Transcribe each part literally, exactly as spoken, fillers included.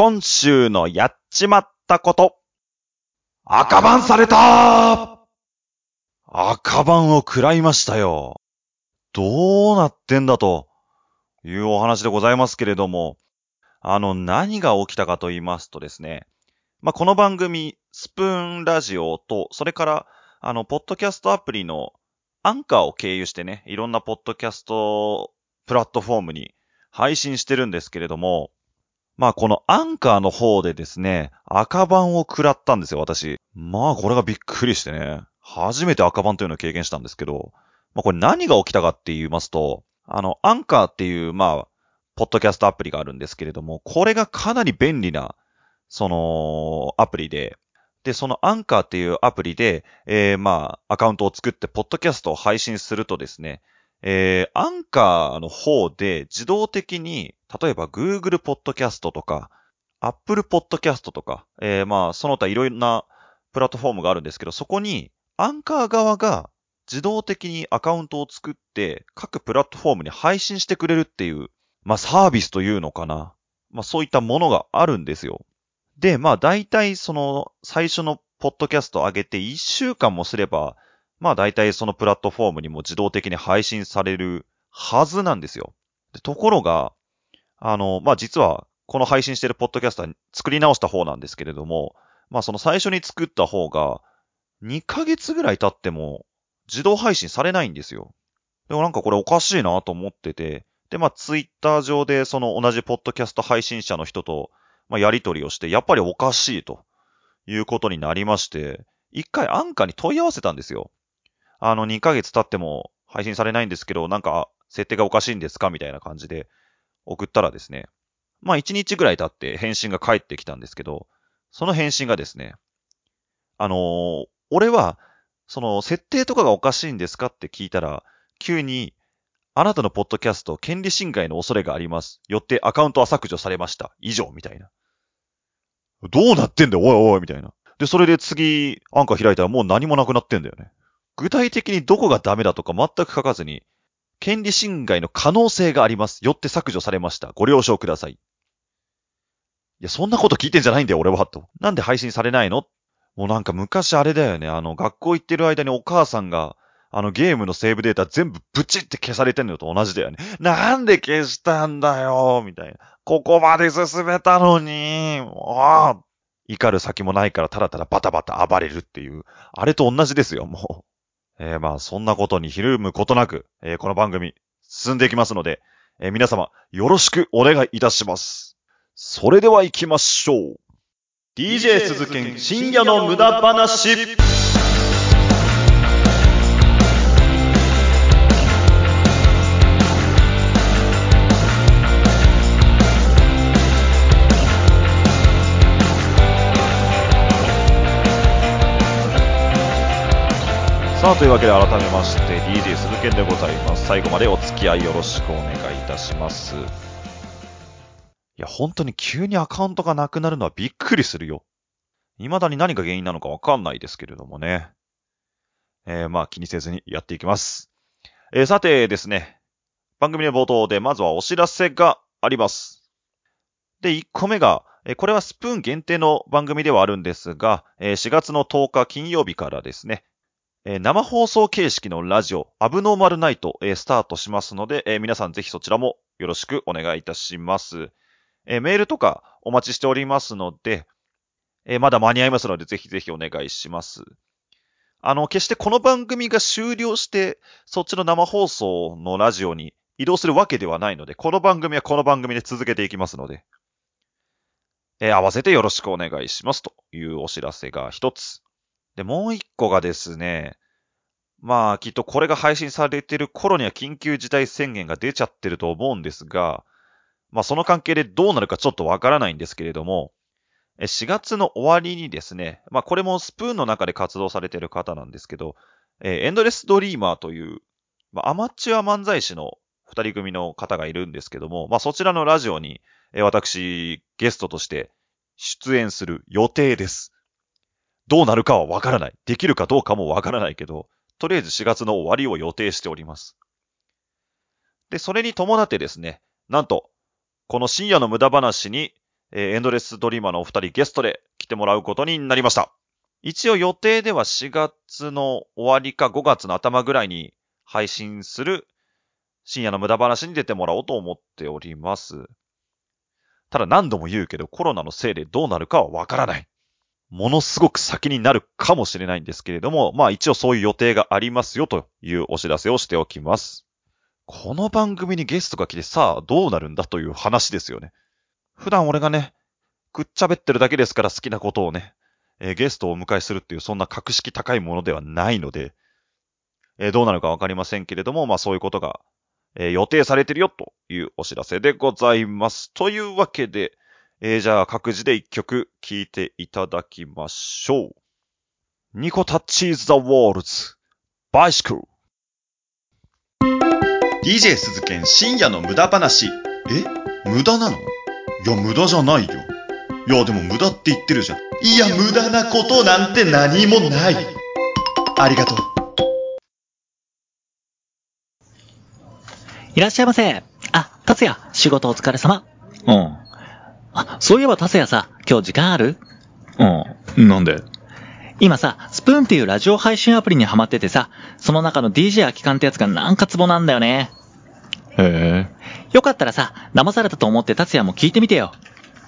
今週のやっちまったこと。赤番されたー。赤番を食らいましたよ。どうなってんだというお話でございますけれども、あの、何が起きたかと言いますとですね、まあ、この番組、スプーンラジオと、それから、あの、ポッドキャストアプリのアンカーを経由してね、いろんなポッドキャストプラットフォームに配信してるんですけれども、まあこのアンカーの方でですね、赤番を食らったんですよ、私。まあこれがびっくりしてね、初めて赤番というのを経験したんですけど、まあこれ何が起きたかって言いますと、あの、アンカーっていう、まあ、ポッドキャストアプリがあるんですけれども、これがかなり便利な、その、アプリで、で、そのアンカーっていうアプリで、えー、まあ、アカウントを作って、ポッドキャストを配信するとですね、えー、アンカーの方で自動的に、例えば Google Podcast とか、Apple Podcast とか、えー、まあ、その他いろいろなプラットフォームがあるんですけど、そこに、アンカー側が自動的にアカウントを作って、各プラットフォームに配信してくれるっていう、まあ、サービスというのかな。まあ、そういったものがあるんですよ。で、まあ、大体その、最初のポッドキャストを上げていっしゅうかんもすれば、まあ大体そのプラットフォームにも自動的に配信されるはずなんですよ。でところが、あの、まあ実はこの配信しているポッドキャストは作り直した方なんですけれども、まあその最初に作った方がにかげつぐらい経っても自動配信されないんですよ。でもなんかこれおかしいなと思ってて、でまあツイッター上でその同じポッドキャスト配信者の人と、まあ、やり取りをして、やっぱりおかしいということになりまして、一回アンカーに問い合わせたんですよ。あの、にかげつ経っても配信されないんですけど、なんか、設定がおかしいんですかみたいな感じで送ったらですね。まあ、いちにちぐらい経って返信が返ってきたんですけど、その返信がですね、あのー俺は、その、設定とかがおかしいんですかって聞いたら、急に、あなたのポッドキャスト、権利侵害の恐れがあります。よってアカウントは削除されました。以上、みたいな。どうなってんだよ、おいおい、みたいな。で、それで次、アンカー開いたらもう何もなくなってんだよね。具体的にどこがダメだとか全く書かずに、権利侵害の可能性があります。よって削除されました。ご了承ください。いや、そんなこと聞いてんじゃないんだよ、俺は。と。なんで配信されないの？もうなんか昔あれだよね。あの、学校行ってる間にお母さんが、あのゲームのセーブデータ全部ブチって消されてんのと同じだよね。なんで消したんだよみたいな。ここまで進めたのに、もう、怒る先もないからただただバタバタ暴れるっていう。あれと同じですよ、もう。えー、まあ、そんなことにひるむことなく、えー、この番組、進んでいきますので、えー、皆様、よろしくお願いいたします。それでは行きましょう。ディージェー 鈴研深夜の無駄話。さあ、というわけで改めまして、ディージェー 鈴研でございます。最後までお付き合いよろしくお願いいたします。いや、本当に急にアカウントがなくなるのはびっくりするよ。未だに何が原因なのかわかんないですけれどもね。えー、まあ気にせずにやっていきます。えー、さてですね、番組の冒頭でまずはお知らせがあります。で、いっこめが、えー、これはスプーン限定の番組ではあるんですが、えー、しがつのとおか金曜日からですね、えー、生放送形式のラジオ、アブノーマルナイト、えー、スタートしますので、えー、皆さんぜひそちらもよろしくお願いいたします。えー、メールとかお待ちしておりますので、えー、まだ間に合いますので、ぜひぜひお願いします。あの、決してこの番組が終了して、そっちの生放送のラジオに移動するわけではないので、この番組はこの番組で続けていきますので、えー、合わせてよろしくお願いしますというお知らせが一つ。で、もう一個がですね、まあ、きっとこれが配信されている頃には緊急事態宣言が出ちゃってると思うんですが、まあ、その関係でどうなるかちょっとわからないんですけれども、しがつの終わりにですね、まあこれもスプーンの中で活動されている方なんですけど、えー、エンドレスドリーマーという、まあ、アマチュア漫才師の二人組の方がいるんですけども、まあそちらのラジオに、えー、私ゲストとして出演する予定です。どうなるかはわからない。できるかどうかもわからないけど、とりあえずしがつの終わりを予定しております。で、それに伴ってですね、なんと、この深夜の無駄話にえー、エンドレスドリーマーのお二人ゲストで来てもらうことになりました。一応予定ではしがつの終わりかごがつの頭ぐらいに配信する深夜の無駄話に出てもらおうと思っております。ただ何度も言うけどコロナのせいでどうなるかはわからない。ものすごく先になるかもしれないんですけれども、まあ一応そういう予定がありますよというお知らせをしておきます。この番組にゲストが来てさあどうなるんだという話ですよね。普段俺がね、くっちゃべってるだけですから好きなことをね、えー、ゲストをお迎えするっていうそんな格式高いものではないので、えー、どうなるかわかりませんけれども、まあそういうことが、えー、予定されてるよというお知らせでございます。というわけで、えー、じゃあ各自で一曲聴いていただきましょう。ニコタッチーズ・ザ・ウォールズ、バイシクル。ディージェー 鈴研深夜の無駄話。え？無駄なの？いや、無駄じゃないよ。いや、でも無駄って言ってるじゃん。いや、無駄なことなんて何もない。ありがとう。 いらっしゃいませ。あ、達也、仕事お疲れ様。 うん。 あ、そういえば達也さ、今日時間ある？ うん。なんで？ 今さ、スプーンっていうラジオ配信アプリにハマっててさ、その中の ディージェー 空き缶ってやつがなんかツボなんだよね。 へえ。 よかったらさ、騙されたと思って達也も聞いてみてよ。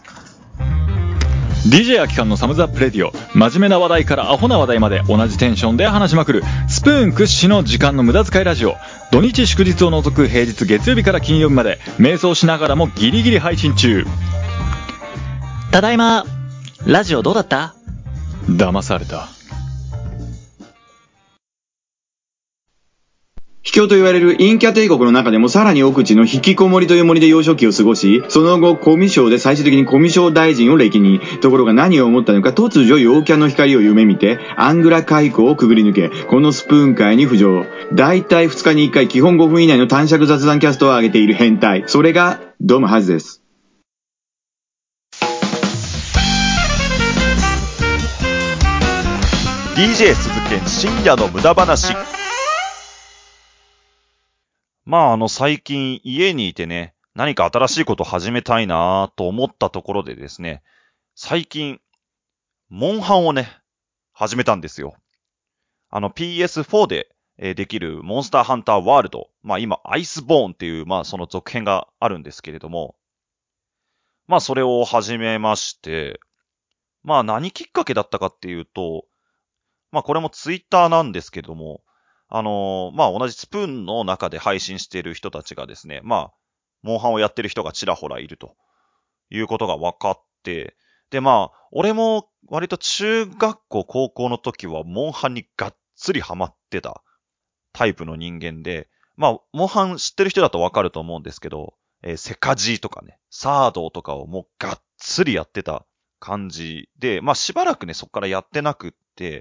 ディージェー 空き缶のサムズアップレディオ。真面目な話題からアホな話題まで同じテンションで話しまくるスプーン屈指の時間の無駄遣いラジオ。土日祝日を除く平日月曜日から金曜日まで瞑想しながらもギリギリ配信中。 ただいま。ラジオどうだった？ 騙された。 秘境と言われるインキャ帝国の中でもさらに奥地の引きこもりという森で幼少期を過ごし、その後コミュ障で最終的にコミュ障大臣を歴任。ところが何を思ったのか突如陽キャの光を夢見てアングラ海溝をくぐり抜け、このスプーン界に浮上。だいたいふつかにいっかい基本ごふん以内の短尺雑談キャストを上げている変態。それがドムハズです。 ディージェー 鈴研深夜の無駄話。まああの最近家にいてね、何か新しいこと始めたいなと思ったところでですね、最近、モンハンをね、始めたんですよ。あの ピーエスフォー で、えー、できるモンスターハンターワールド。まあ今、アイスボーンっていう、まあその続編があるんですけれども、まあそれを始めまして、まあ何きっかけだったかっていうと、まあこれもツイッターなんですけども、あのー、まあ同じスプーンの中で配信している人たちがですね、まあ、モンハンをやってる人がちらほらいるということが分かって、でまあ、俺も割と中学校高校の時はモンハンにがっつりハマってたタイプの人間で、まあ、モンハン知ってる人だと分かると思うんですけど、えー、セカジーとかね、サードとかをもうがっつりやってた感じで、まあしばらくね、そこからやってなくって、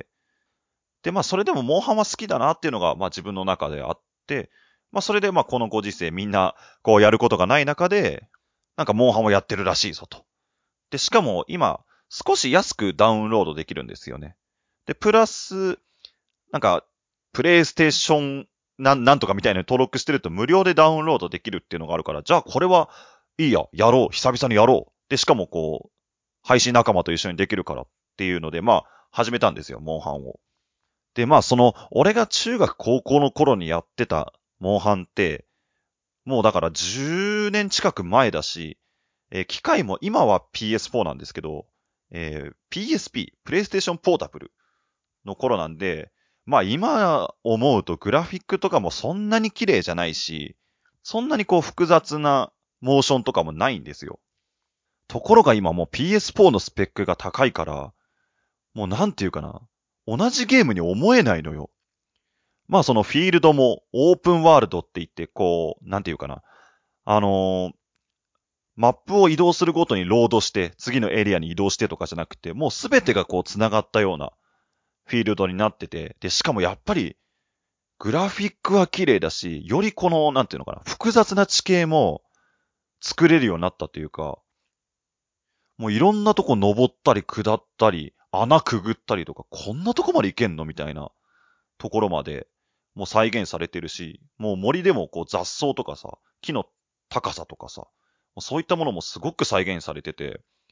で、まあ、それでもモンハンは好きだなっていうのが、まあ自分の中であって、まあそれでまあこのご時世みんなこうやることがない中で、なんかモンハンをやってるらしいぞと。で、しかも今少し安くダウンロードできるんですよね。で、プラス、なんか、プレイステーションなん、なんとかみたいなのに登録してると無料でダウンロードできるっていうのがあるから、じゃあこれはいいや、やろう、久々にやろう。で、しかもこう、配信仲間と一緒にできるからっていうので、まあ、始めたんですよ、モンハンを。で、まあその、俺が中学高校の頃にやってたモンハンって、もうだからじゅうねん近く前だし、えー、機械も今は ピーエスフォー なんですけど、えー、ピーエスピー、プレイステーションポータブルの頃なんで、まあ今思うとグラフィックとかもそんなに綺麗じゃないし、そんなにこう複雑なモーションとかもないんですよ。ところが今もう ピーエスフォー のスペックが高いから、もうなんていうかな、同じゲームに思えないのよ。まあそのフィールドもオープンワールドって言って、こう、なんていうかな。あのー、マップを移動するごとにロードして、次のエリアに移動してとかじゃなくて、もうすべてがこう繋がったようなフィールドになってて、で、しかもやっぱり、グラフィックは綺麗だし、よりこの、なんていうのかな、複雑な地形も作れるようになったというか、もういろんなとこ登ったり下ったり、穴くぐったりとか、こんなとこまで行けんのみたいなところまで、もう再現されてるし、もう森でもこう雑草とかさ、木の高さとかさ、そういったものもすごく再現されてて、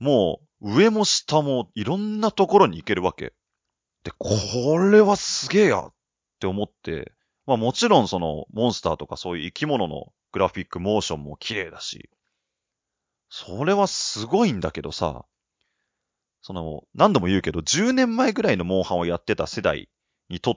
もう上も下もいろんなところに行けるわけ。で、これはすげえやって思って、まあもちろんそのモンスターとかそういう生き物のグラフィックモーションも綺麗だし、それはすごいんだけどさ、その何度も言うけどじゅうねんまえぐらいのモンハンをやってた世代にとって、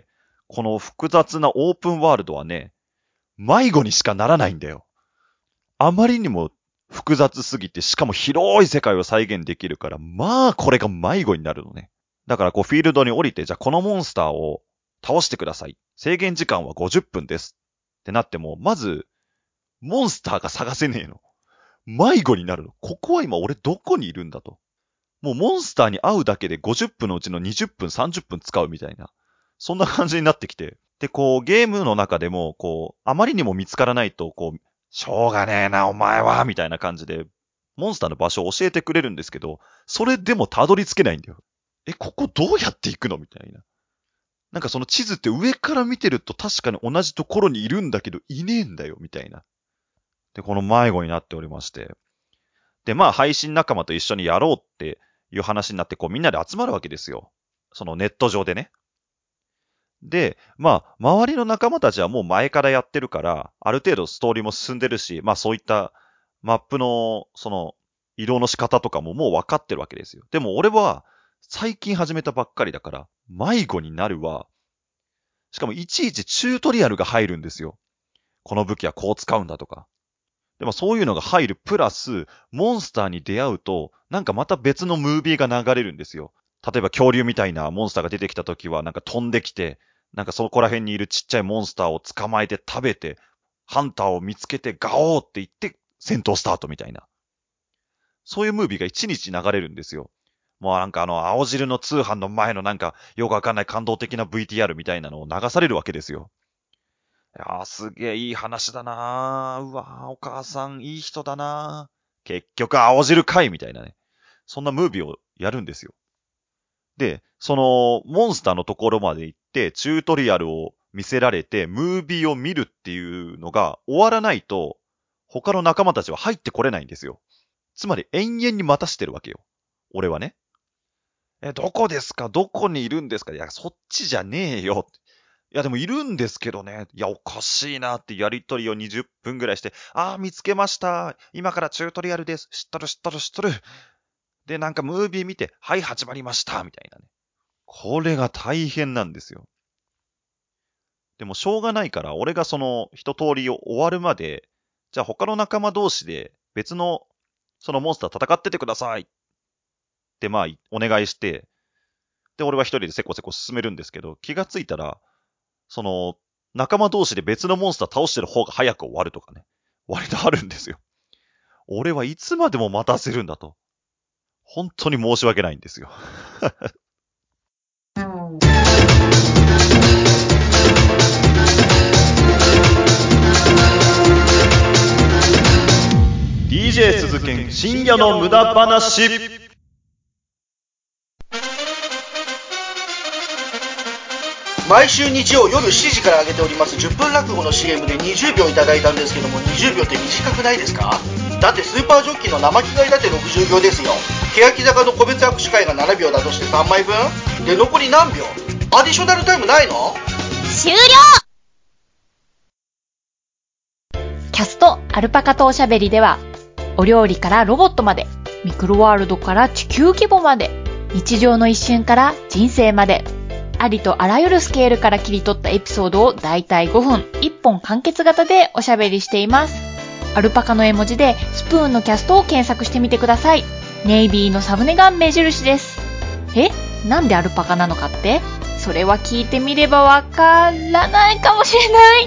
この複雑なオープンワールドはね、迷子にしかならないんだよ。あまりにも複雑すぎて、しかも広い世界を再現できるから、まあこれが迷子になるのね。だからこうフィールドに降りて、じゃあこのモンスターを倒してください。制限時間はごじゅっぷんです。ってなっても、まず、モンスターが探せねえの。迷子になるの。ここは今俺どこにいるんだと。もうモンスターに会うだけでごじゅっぷんのうちのにじゅっぷん、さんじゅっぷん使うみたいな。そんな感じになってきて。で、こうゲームの中でも、こう、あまりにも見つからないと、こう、しょうがねえな、お前は、みたいな感じで、モンスターの場所を教えてくれるんですけど、それでもたどり着けないんだよ。え、ここどうやって行くのみたいな。なんかその地図って上から見てると確かに同じところにいるんだけど、いねえんだよ、みたいな。で、この迷子になっておりまして。で、まあ配信仲間と一緒にやろうっていう話になって、こうみんなで集まるわけですよ。そのネット上でね。で、まあ、周りの仲間たちはもう前からやってるから、ある程度ストーリーも進んでるし、まあそういったマップの、その、移動の仕方とかももう分かってるわけですよ。でも俺は、最近始めたばっかりだから、迷子になるわ。しかもいちいちチュートリアルが入るんですよ。この武器はこう使うんだとか。でもそういうのが入るプラス、モンスターに出会うと、なんかまた別のムービーが流れるんですよ。例えば恐竜みたいなモンスターが出てきたときは、なんか飛んできて、なんかそこら辺にいるちっちゃいモンスターを捕まえて食べて、ハンターを見つけてガオーって言って戦闘スタートみたいな。そういうムービーが一日流れるんですよ。もうなんかあの青汁の通販の前のなんかよくわかんない感動的な ブイティーアール みたいなのを流されるわけですよ。いやーすげえいい話だなー。うわーお母さんいい人だなー。結局青汁かいみたいなね。そんなムービーをやるんですよ。で、その、モンスターのところまで行って、チュートリアルを見せられて、ムービーを見るっていうのが終わらないと、他の仲間たちは入ってこれないんですよ。つまり、延々に待たしてるわけよ。俺はね。え、どこですか？どこにいるんですか？いや、そっちじゃねえよ。いや、でもいるんですけどね。いや、おかしいなってやりとりをにじゅっぷんぐらいして、あー、見つけました。今からチュートリアルです。知っとる知っとる知っとる。で、なんかムービー見て、はい、始まりました。みたいなね。これが大変なんですよ。でもしょうがないから、俺がその一通り終わるまで、じゃあ他の仲間同士で別のそのモンスター戦っててくださいってまあお願いして、で、俺は一人でせこせこ進めるんですけど、気がついたら、その仲間同士で別のモンスター倒してる方が早く終わるとかね、割とあるんですよ。俺はいつまでも待たせるんだと。本当に申し訳ないんですよ。ディージェー 鈴研深夜の無駄話。 毎週日曜夜しちじから上げておりますじゅっぷん落語の シーエム でにじゅうびょういただいたんですけども、にじゅうびょうって短くないですか？だってスーパージョッキーの生着替えだってろくじゅうびょうですよ。欅坂の個別握手会がななびょうだとしてさんまいぶんで、残り何秒？アディショナルタイムないの？ 終了。キャストアルパカとおしゃべりでは、お料理からロボットまで、ミクロワールドから地球規模まで、日常の一瞬から人生まで、ありとあらゆるスケールから切り取ったエピソードをだいたいごふん、いっぽん完結型でおしゃべりしています。アルパカの絵文字でスプーンのキャストを検索してみてください。ネイビーのサムネが目印です。え？なんでアルパカなのかって？それは聞いてみればわからないかもしれない。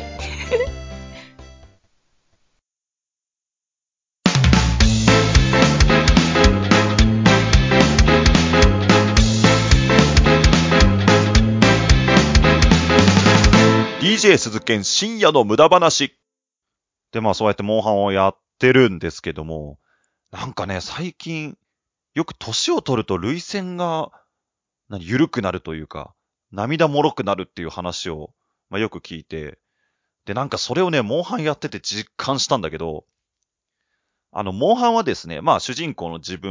ディージェー 鈴研深夜の無駄話。で、まあそうやってモンハンをやってるんですけども、なんかね、最近、よく年を取ると涙腺が、何、緩くなるというか、涙もろくなるっていう話を、まあ、よく聞いて、で、なんかそれをね、モンハンやってて実感したんだけど、あの、モンハンはですね、まあ主人公の自分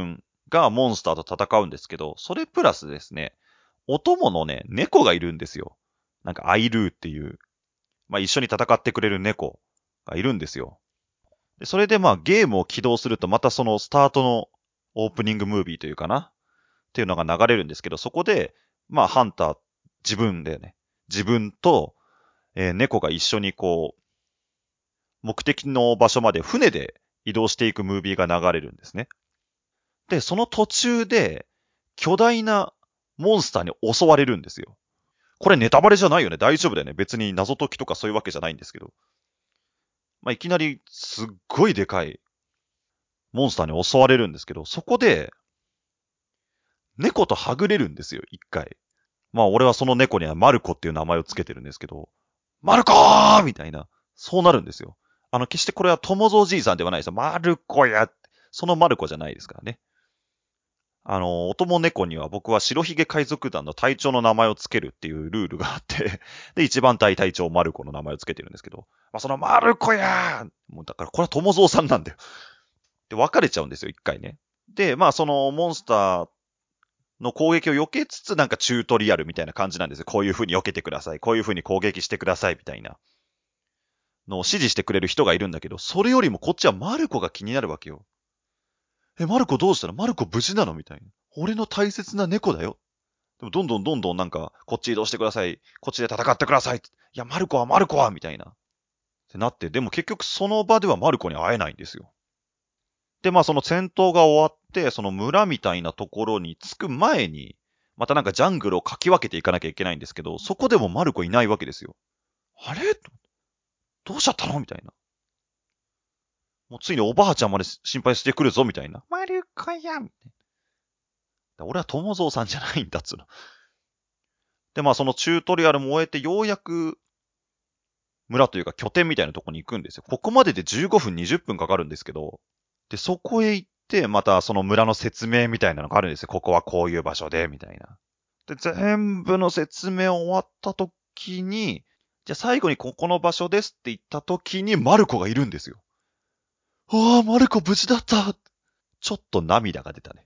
がモンスターと戦うんですけど、それプラスですね、お供のね、猫がいるんですよ。なんかアイルーっていう、まあ一緒に戦ってくれる猫がいるんですよ。でそれでまあゲームを起動するとまたそのスタートのオープニングムービーというかなっていうのが流れるんですけど、そこでまあハンター自分でね、自分と、えー、猫が一緒にこう、目的の場所まで船で移動していくムービーが流れるんですね。で、その途中で巨大なモンスターに襲われるんですよ。これネタバレじゃないよね。大丈夫だよね。別に謎解きとかそういうわけじゃないんですけど。まあ、いきなりすっごいでかいモンスターに襲われるんですけど、そこで猫とはぐれるんですよ、一回。まあ俺はその猫にはマルコっていう名前をつけてるんですけど、マルコーみたいな、そうなるんですよ。あの、決してこれは友蔵じいさんではないですよ。マルコや、そのマルコじゃないですからね。あの、お供猫には僕は白ひげ海賊団の隊長の名前をつけるっていうルールがあって、で、一番隊隊長マルコの名前をつけてるんですけど、まあ、そのマルコやーもうだからこれは友蔵さんなんだよ。で、別れちゃうんですよ、一回ね。で、まあそのモンスターの攻撃を避けつつなんかチュートリアルみたいな感じなんですよ。こういう風に避けてください。こういう風に攻撃してくださいみたいなのを指示してくれる人がいるんだけど、それよりもこっちはマルコが気になるわけよ。え、マルコどうしたの？マルコ無事なのみたいな。俺の大切な猫だよ。でもどんどんどんどんなんか、こっち移動してください。こっちで戦ってください。いや、マルコはマルコはみたいな。ってなって、でも結局その場ではマルコに会えないんですよ。で、まあその戦闘が終わって、その村みたいなところに着く前に、またなんかジャングルをかき分けていかなきゃいけないんですけど、そこでもマルコいないわけですよ。あれ？どうしちゃったのみたいな。もうついにおばあちゃんまで心配してくるぞみたいな。マルコやん。俺は友蔵さんじゃないんだっつうの。で、まあそのチュートリアルも終えてようやく村というか拠点みたいなとこに行くんですよ。ここまででじゅうごふん、にじゅっぷんかかるんですけど、で、そこへ行って、またその村の説明みたいなのがあるんですよ。ここはこういう場所で、みたいな。で、全部の説明終わった時に、じゃあ最後にここの場所ですって言った時にマルコがいるんですよ。ああ、マルコ無事だった。ちょっと涙が出たね。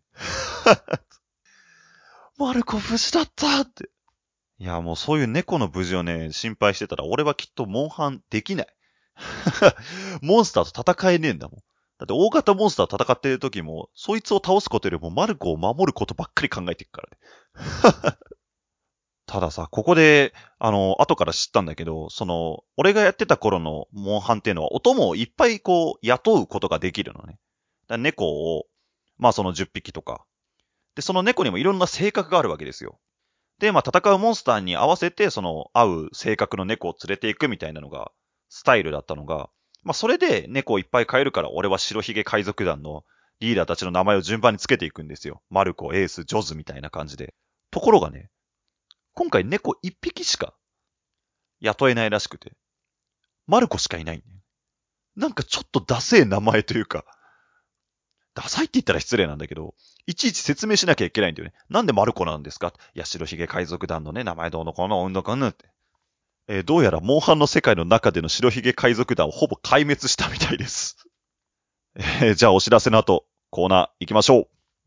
マルコ無事だったって。いや、もうそういう猫の無事をね、心配してたら、俺はきっとモンハンできない。モンスターと戦えねえんだもん。だって大型モンスターと戦ってる時も、そいつを倒すことよりもマルコを守ることばっかり考えていくからね。たださ、ここで、あの、後から知ったんだけど、その、俺がやってた頃のモンハンっていうのは、お供をいっぱいこう、雇うことができるのね。だ猫を、まあそのじゅっぴきとか。で、その猫にもいろんな性格があるわけですよ。で、まあ戦うモンスターに合わせて、その、合う性格の猫を連れていくみたいなのが、スタイルだったのが、まあそれで猫をいっぱい飼えるから、俺は白ひげ海賊団のリーダーたちの名前を順番につけていくんですよ。マルコ、エース、ジョズみたいな感じで。ところがね、今回猫いっぴきしか雇えないらしくて、マルコしかいないんだよ。なんかちょっとダセえ名前というか、ダサいって言ったら失礼なんだけど、いちいち説明しなきゃいけないんだよね。なんでマルコなんですか？いや、白ひげ海賊団のね、名前どうのこうの、うんのかんぬって。えー、どうやらモンハンの世界の中での白ひげ海賊団をほぼ壊滅したみたいです。えー、じゃあお知らせの後、コーナー行きましょう。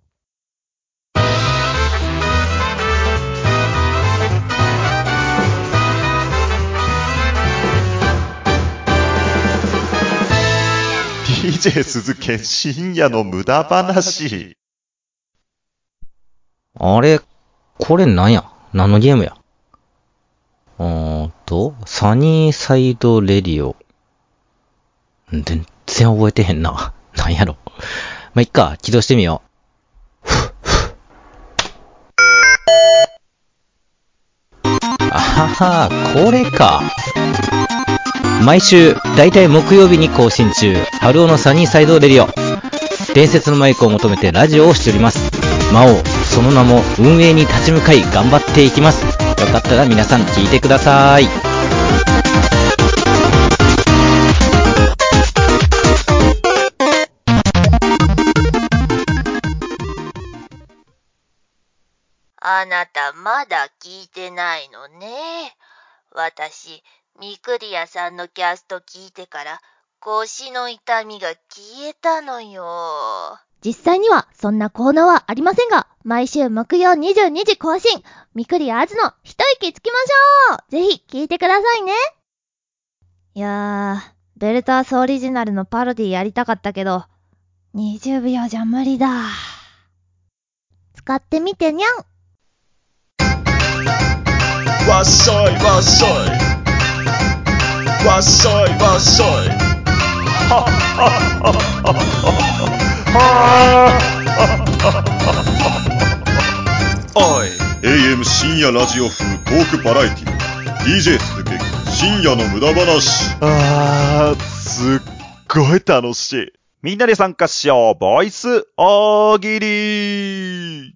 ディージェー 鈴木深夜の無駄話。 あれ、これなんや？何のゲームや？うーんと、サニーサイドレディオ。全然覚えてへんな。なんやろ。まあ、いっか、起動してみよう。あはは、これか。毎週、だいたい木曜日に更新中、春尾のサニーサイドレディオ。伝説のマイクを求めてラジオをしております。魔王、その名も運営に立ち向かい頑張っていきます。よかったら皆さん聞いてください。 あなたまだ聞いてないのね。私、ミクリアさんのキャスト聞いてから腰の痛みが消えたのよ。 実際にはそんなコーナーはありませんが、毎週木曜にじゅうにじ更新、みくりあずの一息つきましょう。ぜひ聞いてくださいね。いやー、ベルタースオリジナルのパロディやりたかったけど、にじゅうびょうじゃ無理だ。使ってみてにゃん。 わっしょいわっしょいわっしょいわっしょいはっはっはっはおい エーエム 深夜ラジオ風トークバラエティ ディージェー 鈴木深夜の無駄話。 あー、すっごい楽しい。みんなで参加しよう。ボイス大喜利。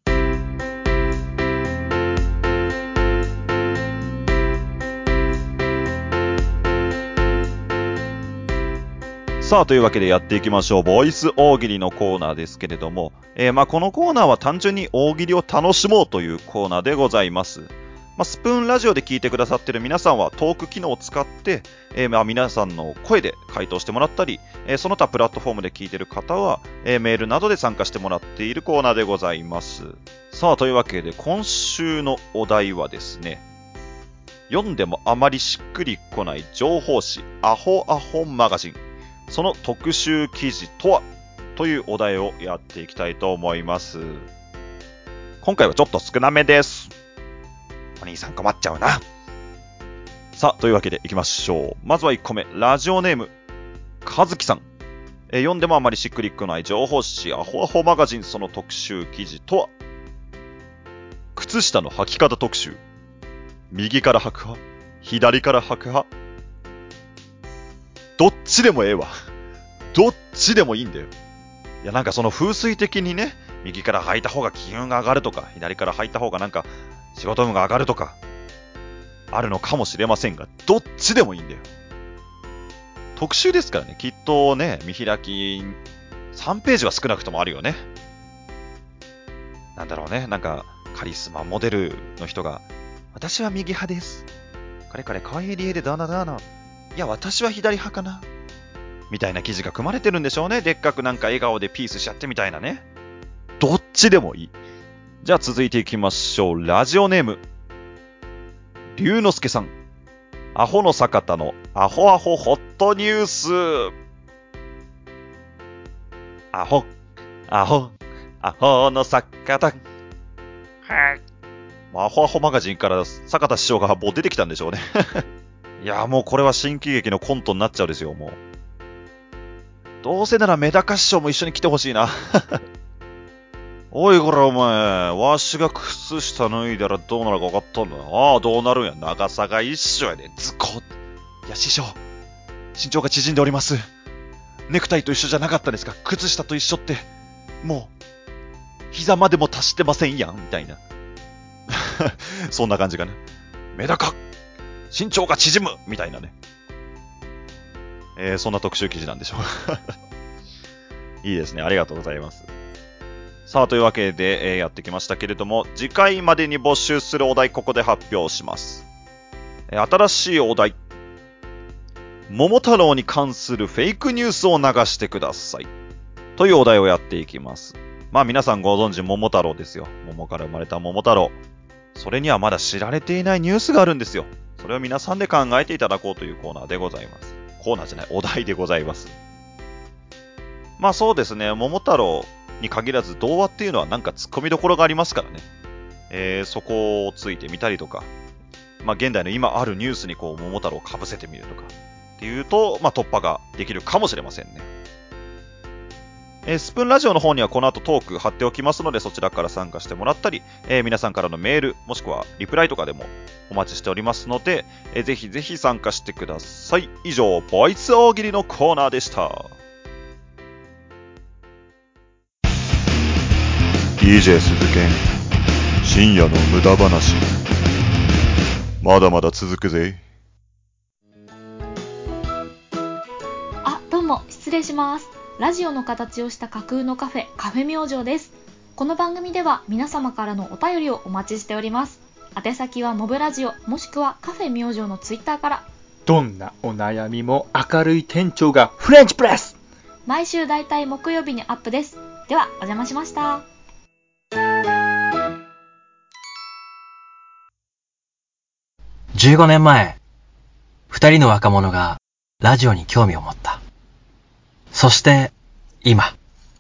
さあ、というわけでやっていきましょう。ボイス大喜利のコーナーですけれども、えー、まあこのコーナーは単純に大喜利を楽しもうというコーナーでございます。まあ、スプーンラジオで聞いてくださっている皆さんはトーク機能を使って、えー、まあ皆さんの声で回答してもらったり、えー、その他プラットフォームで聞いている方は、えー、メールなどで参加してもらっているコーナーでございます。さあ、というわけで今週のお題はですね、読んでもあまりしっくりこない情報誌アホアホマガジン、その特集記事とはというお題をやっていきたいと思います。今回はちょっと少なめです。お兄さん困っちゃうな。さあ、というわけでいきましょう。まずはいっこめ、ラジオネームかずきさん。え読んでもあまりしっくりこない情報誌アホアホマガジン、その特集記事とは。靴下の履き方特集。右から履く派、左から履く派。どっちでもええわ。どっちでもいいんだよ。いや、なんかその風水的にね、右から履いた方が気運が上がるとか、左から履いた方がなんか仕事運が上がるとか、あるのかもしれませんが、どっちでもいいんだよ。特集ですからね、きっとね、見開きさんページは少なくともあるよね。なんだろうね、なんかカリスマモデルの人が、私は右派です。これこれこういう理由でどうのどうの。いや、私は左派かな。みたいな記事が組まれてるんでしょうね。でっかくなんか笑顔でピースしちゃってみたいなね。どっちでもいい。じゃあ続いていきましょう。ラジオネーム龍之介さん。アホの坂田のアホアホホットニュース。アホ、アホ、アホの坂田。はい。アホアホマガジンから坂田師匠がもう出てきたんでしょうね。いや、もうこれは新喜劇のコントになっちゃうですよ、もう。どうせならメダカ師匠も一緒に来てほしいな。おいこらお前、わしが靴下脱いだらどうなるか分かったんだ。ああ、どうなるんや。長さが一緒やで。ズコッ。いや、師匠。身長が縮んでおります。ネクタイと一緒じゃなかったですか。靴下と一緒って、もう、膝までも達してませんやん。みたいな。そんな感じかな。メダカ身長が縮むみたいなね。えー、そんな特集記事なんでしょう。いいですね。ありがとうございます。さあ、というわけで、えー、やってきましたけれども、次回までに募集するお題、ここで発表します。えー、新しいお題。桃太郎に関するフェイクニュースを流してください。というお題をやっていきます。まあ皆さんご存知桃太郎ですよ。桃から生まれた桃太郎。それにはまだ知られていないニュースがあるんですよ。それを皆さんで考えていただこうというコーナーでございます。コーナーじゃない、お題でございます。まあそうですね、桃太郎に限らず童話っていうのはなんか突っ込みどころがありますからね。えー、そこをついてみたりとか、まあ現代の今あるニュースにこう桃太郎を被せてみるとかっていうと、まあ突破ができるかもしれませんね。えー、スプーンラジオの方にはこの後トーク貼っておきますので、そちらから参加してもらったり、えー、皆さんからのメールもしくはリプライとかでもお待ちしておりますので、えー、ぜひぜひ参加してください。以上、ボイス大喜利のコーナーでした。 ディージェー 鈴研深夜の無駄話、まだまだ続くぜ。 あ、どうも失礼します。ラジオの形をした架空のカフェ、カフェ明星です。この番組では皆様からのお便りをお待ちしております。宛先はモブラジオもしくはカフェ明星のツイッターから。 どんなお悩みも明るい店長がフレンチプレス。 毎週だいたい木曜日にアップです。では、お邪魔しました。 じゅうごねんまえ、二人の若者がラジオに興味を持った。そして、今。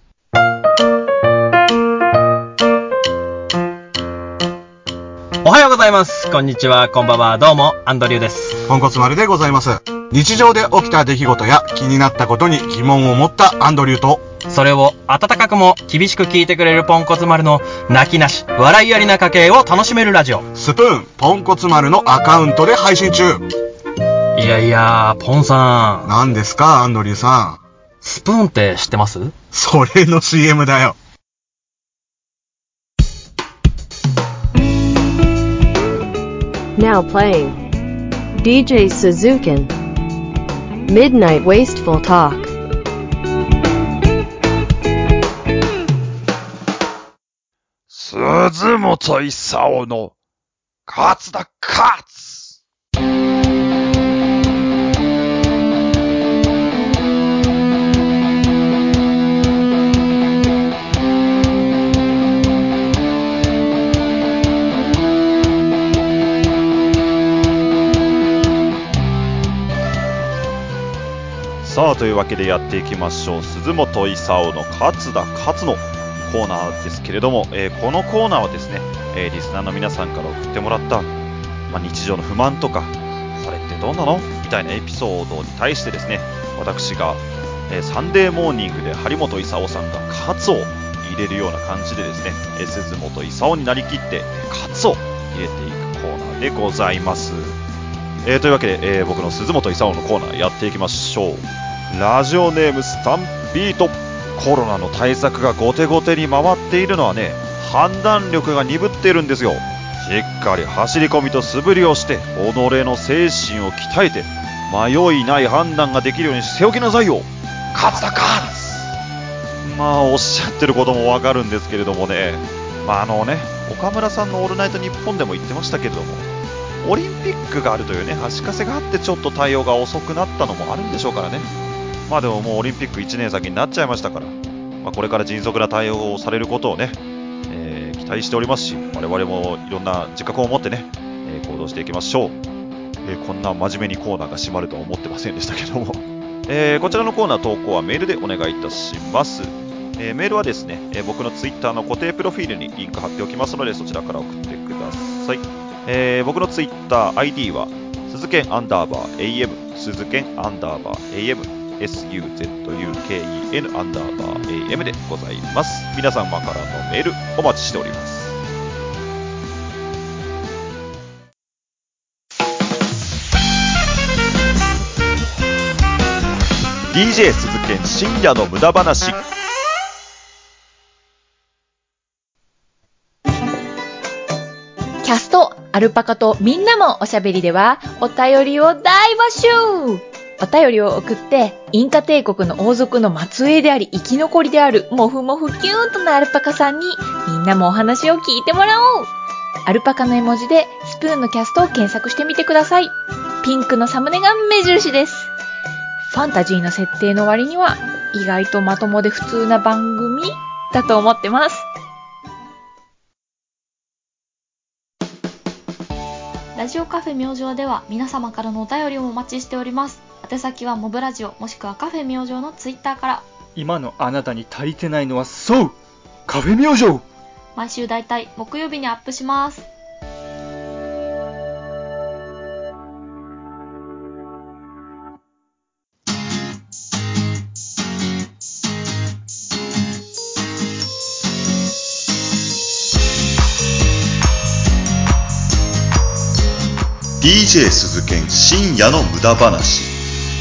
おはようございます。こんにちは、こんばんは。どうも、アンドリューです。 ポンコツ丸でございます。日常で起きた出来事や気になったことに疑問を持ったアンドリューと、 それを温かくも厳しく聞いてくれるポンコツ丸の泣きなし、笑いありな家計を楽しめるラジオ。 スプーン、ポンコツ丸のアカウントで配信中。 いやいや、ポンさん。 何ですか、アンドリューさん。 スプーンって知ってます？ それの シーエム だよ。 Now playing ディージェー Suzuki Midnight Wasteful Talk。 鈴本勲の勝つだ勝つ。さあ、というわけでやっていきましょう。鈴本勲の勝つだ勝つのコーナーですけれども、えー、このコーナーはですね、えー、リスナーの皆さんから送ってもらった、まあ、日常の不満とか、それってどうなのみたいなエピソードに対してですね、私が、えー、サンデーモーニングで張本勲さんが勝つを入れるような感じでですね、えー、鈴本勲になりきって勝つを入れていくコーナーでございます。えー、というわけで、えー、僕の鈴本勲のコーナーやっていきましょう。ラジオネームスタンピート。コロナの対策が後手後手に回っているのはね、判断力が鈍っているんですよ。しっかり走り込みと素振りをして己の精神を鍛えて迷いない判断ができるようにしておきなさいよ。勝つだ勝つ。まあおっしゃってることもわかるんですけれどもね、まああのね、岡村さんのオールナイトニッポンでも言ってましたけれども、オリンピックがあるというね、足かせがあってちょっと対応が遅くなったのもあるんでしょうからね。まあでももうオリンピックいちねん先になっちゃいましたから、まあ、これから迅速な対応をされることをね、えー、期待しておりますし、我々もいろんな自覚を持ってね、えー、行動していきましょう。えー、こんな真面目にコーナーが閉まるとは思ってませんでしたけども、えー、こちらのコーナー投稿はメールでお願いいたします。えー、メールはですね、えー、僕のツイッターの固定プロフィールにリンク貼っておきますので、そちらから送ってください。えー、僕のツイッター アイディー は鈴剣アンダーバー エーエム 鈴剣アンダーバー エーエムエスユーゼットユーケーイーエヌ アンダーバー エーエム でございます。皆様からのメールお待ちしております。ディージェー 鈴研深夜の無駄話。 キャストアルパカとみんなもおしゃべりではお便りを大募集。お便りを送って、インカ帝国の王族の末裔であり生き残りであるモフモフキュートなアルパカさんにみんなもお話を聞いてもらおう。アルパカの絵文字でスプーンのキャストを検索してみてください。ピンクのサムネが目印です。ファンタジーな設定の割には意外とまともで普通な番組だと思ってます。 ラジオカフェ明星では皆様からのお便りをお待ちしております。宛先はモブラジオもしくはカフェ明星のツイッターから。 今のあなたに足りてないのはそうカフェ明星。 毎週だいたい木曜日にアップします。 ディージェー 鈴研深夜の無駄話。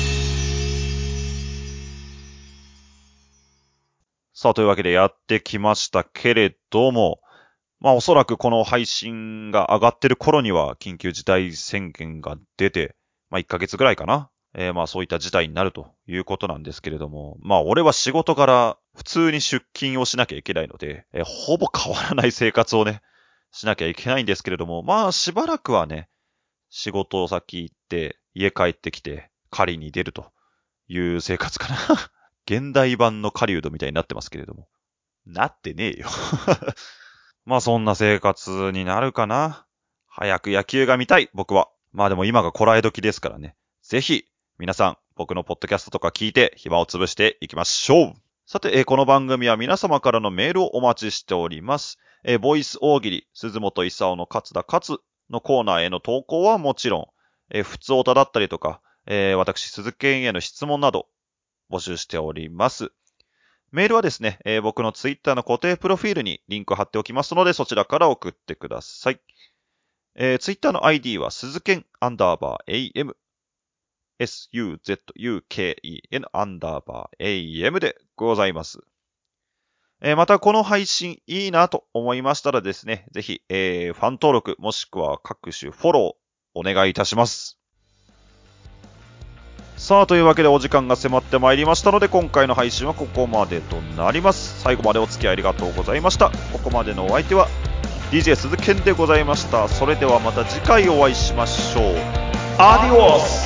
さあ、というわけでやってきましたけれども、まあおそらくこの配信が上がってる頃には緊急事態宣言が出て、まあいっかげつぐらいかな。えー、まあそういった事態になるということなんですけれども、まあ俺は仕事から普通に出勤をしなきゃいけないので、えー、ほぼ変わらない生活をね、しなきゃいけないんですけれども、まあしばらくはね、仕事先行って、家帰ってきて、狩りに出るという生活かな。 現代版の狩人みたいになってますけれども。なってねえよ。まあそんな生活になるかな。早く野球が見たい、僕は。まあでも今がこらえ時ですからね。ぜひ、皆さん、僕のポッドキャストとか聞いて暇を潰していきましょう。さて、えー、この番組は皆様からのメールをお待ちしております。えー、ボイス大喜利、鈴本勲の勝田勝のコーナーへの投稿はもちろん、えー、普通歌だったりとか、えー、私鈴健への質問など募集しております。メールはですね、えー、僕のツイッターの固定プロフィールにリンク貼っておきますので、そちらから送ってください。えー、ツイッターの アイディー は鈴健アンダーバー エーエム、エスユーゼットユーケーイーエヌ アンダーバー エーエム でございます。えー、またこの配信いいなと思いましたらですね、ぜひ、えー、ファン登録もしくは各種フォローお願いいたします。さあ、というわけでお時間が迫ってまいりましたので、今回の配信はここまでとなります。最後までお付き合いありがとうございました。ここまでのお相手は ディージェー 鈴健でございました。それではまた次回お会いしましょう。アディオス。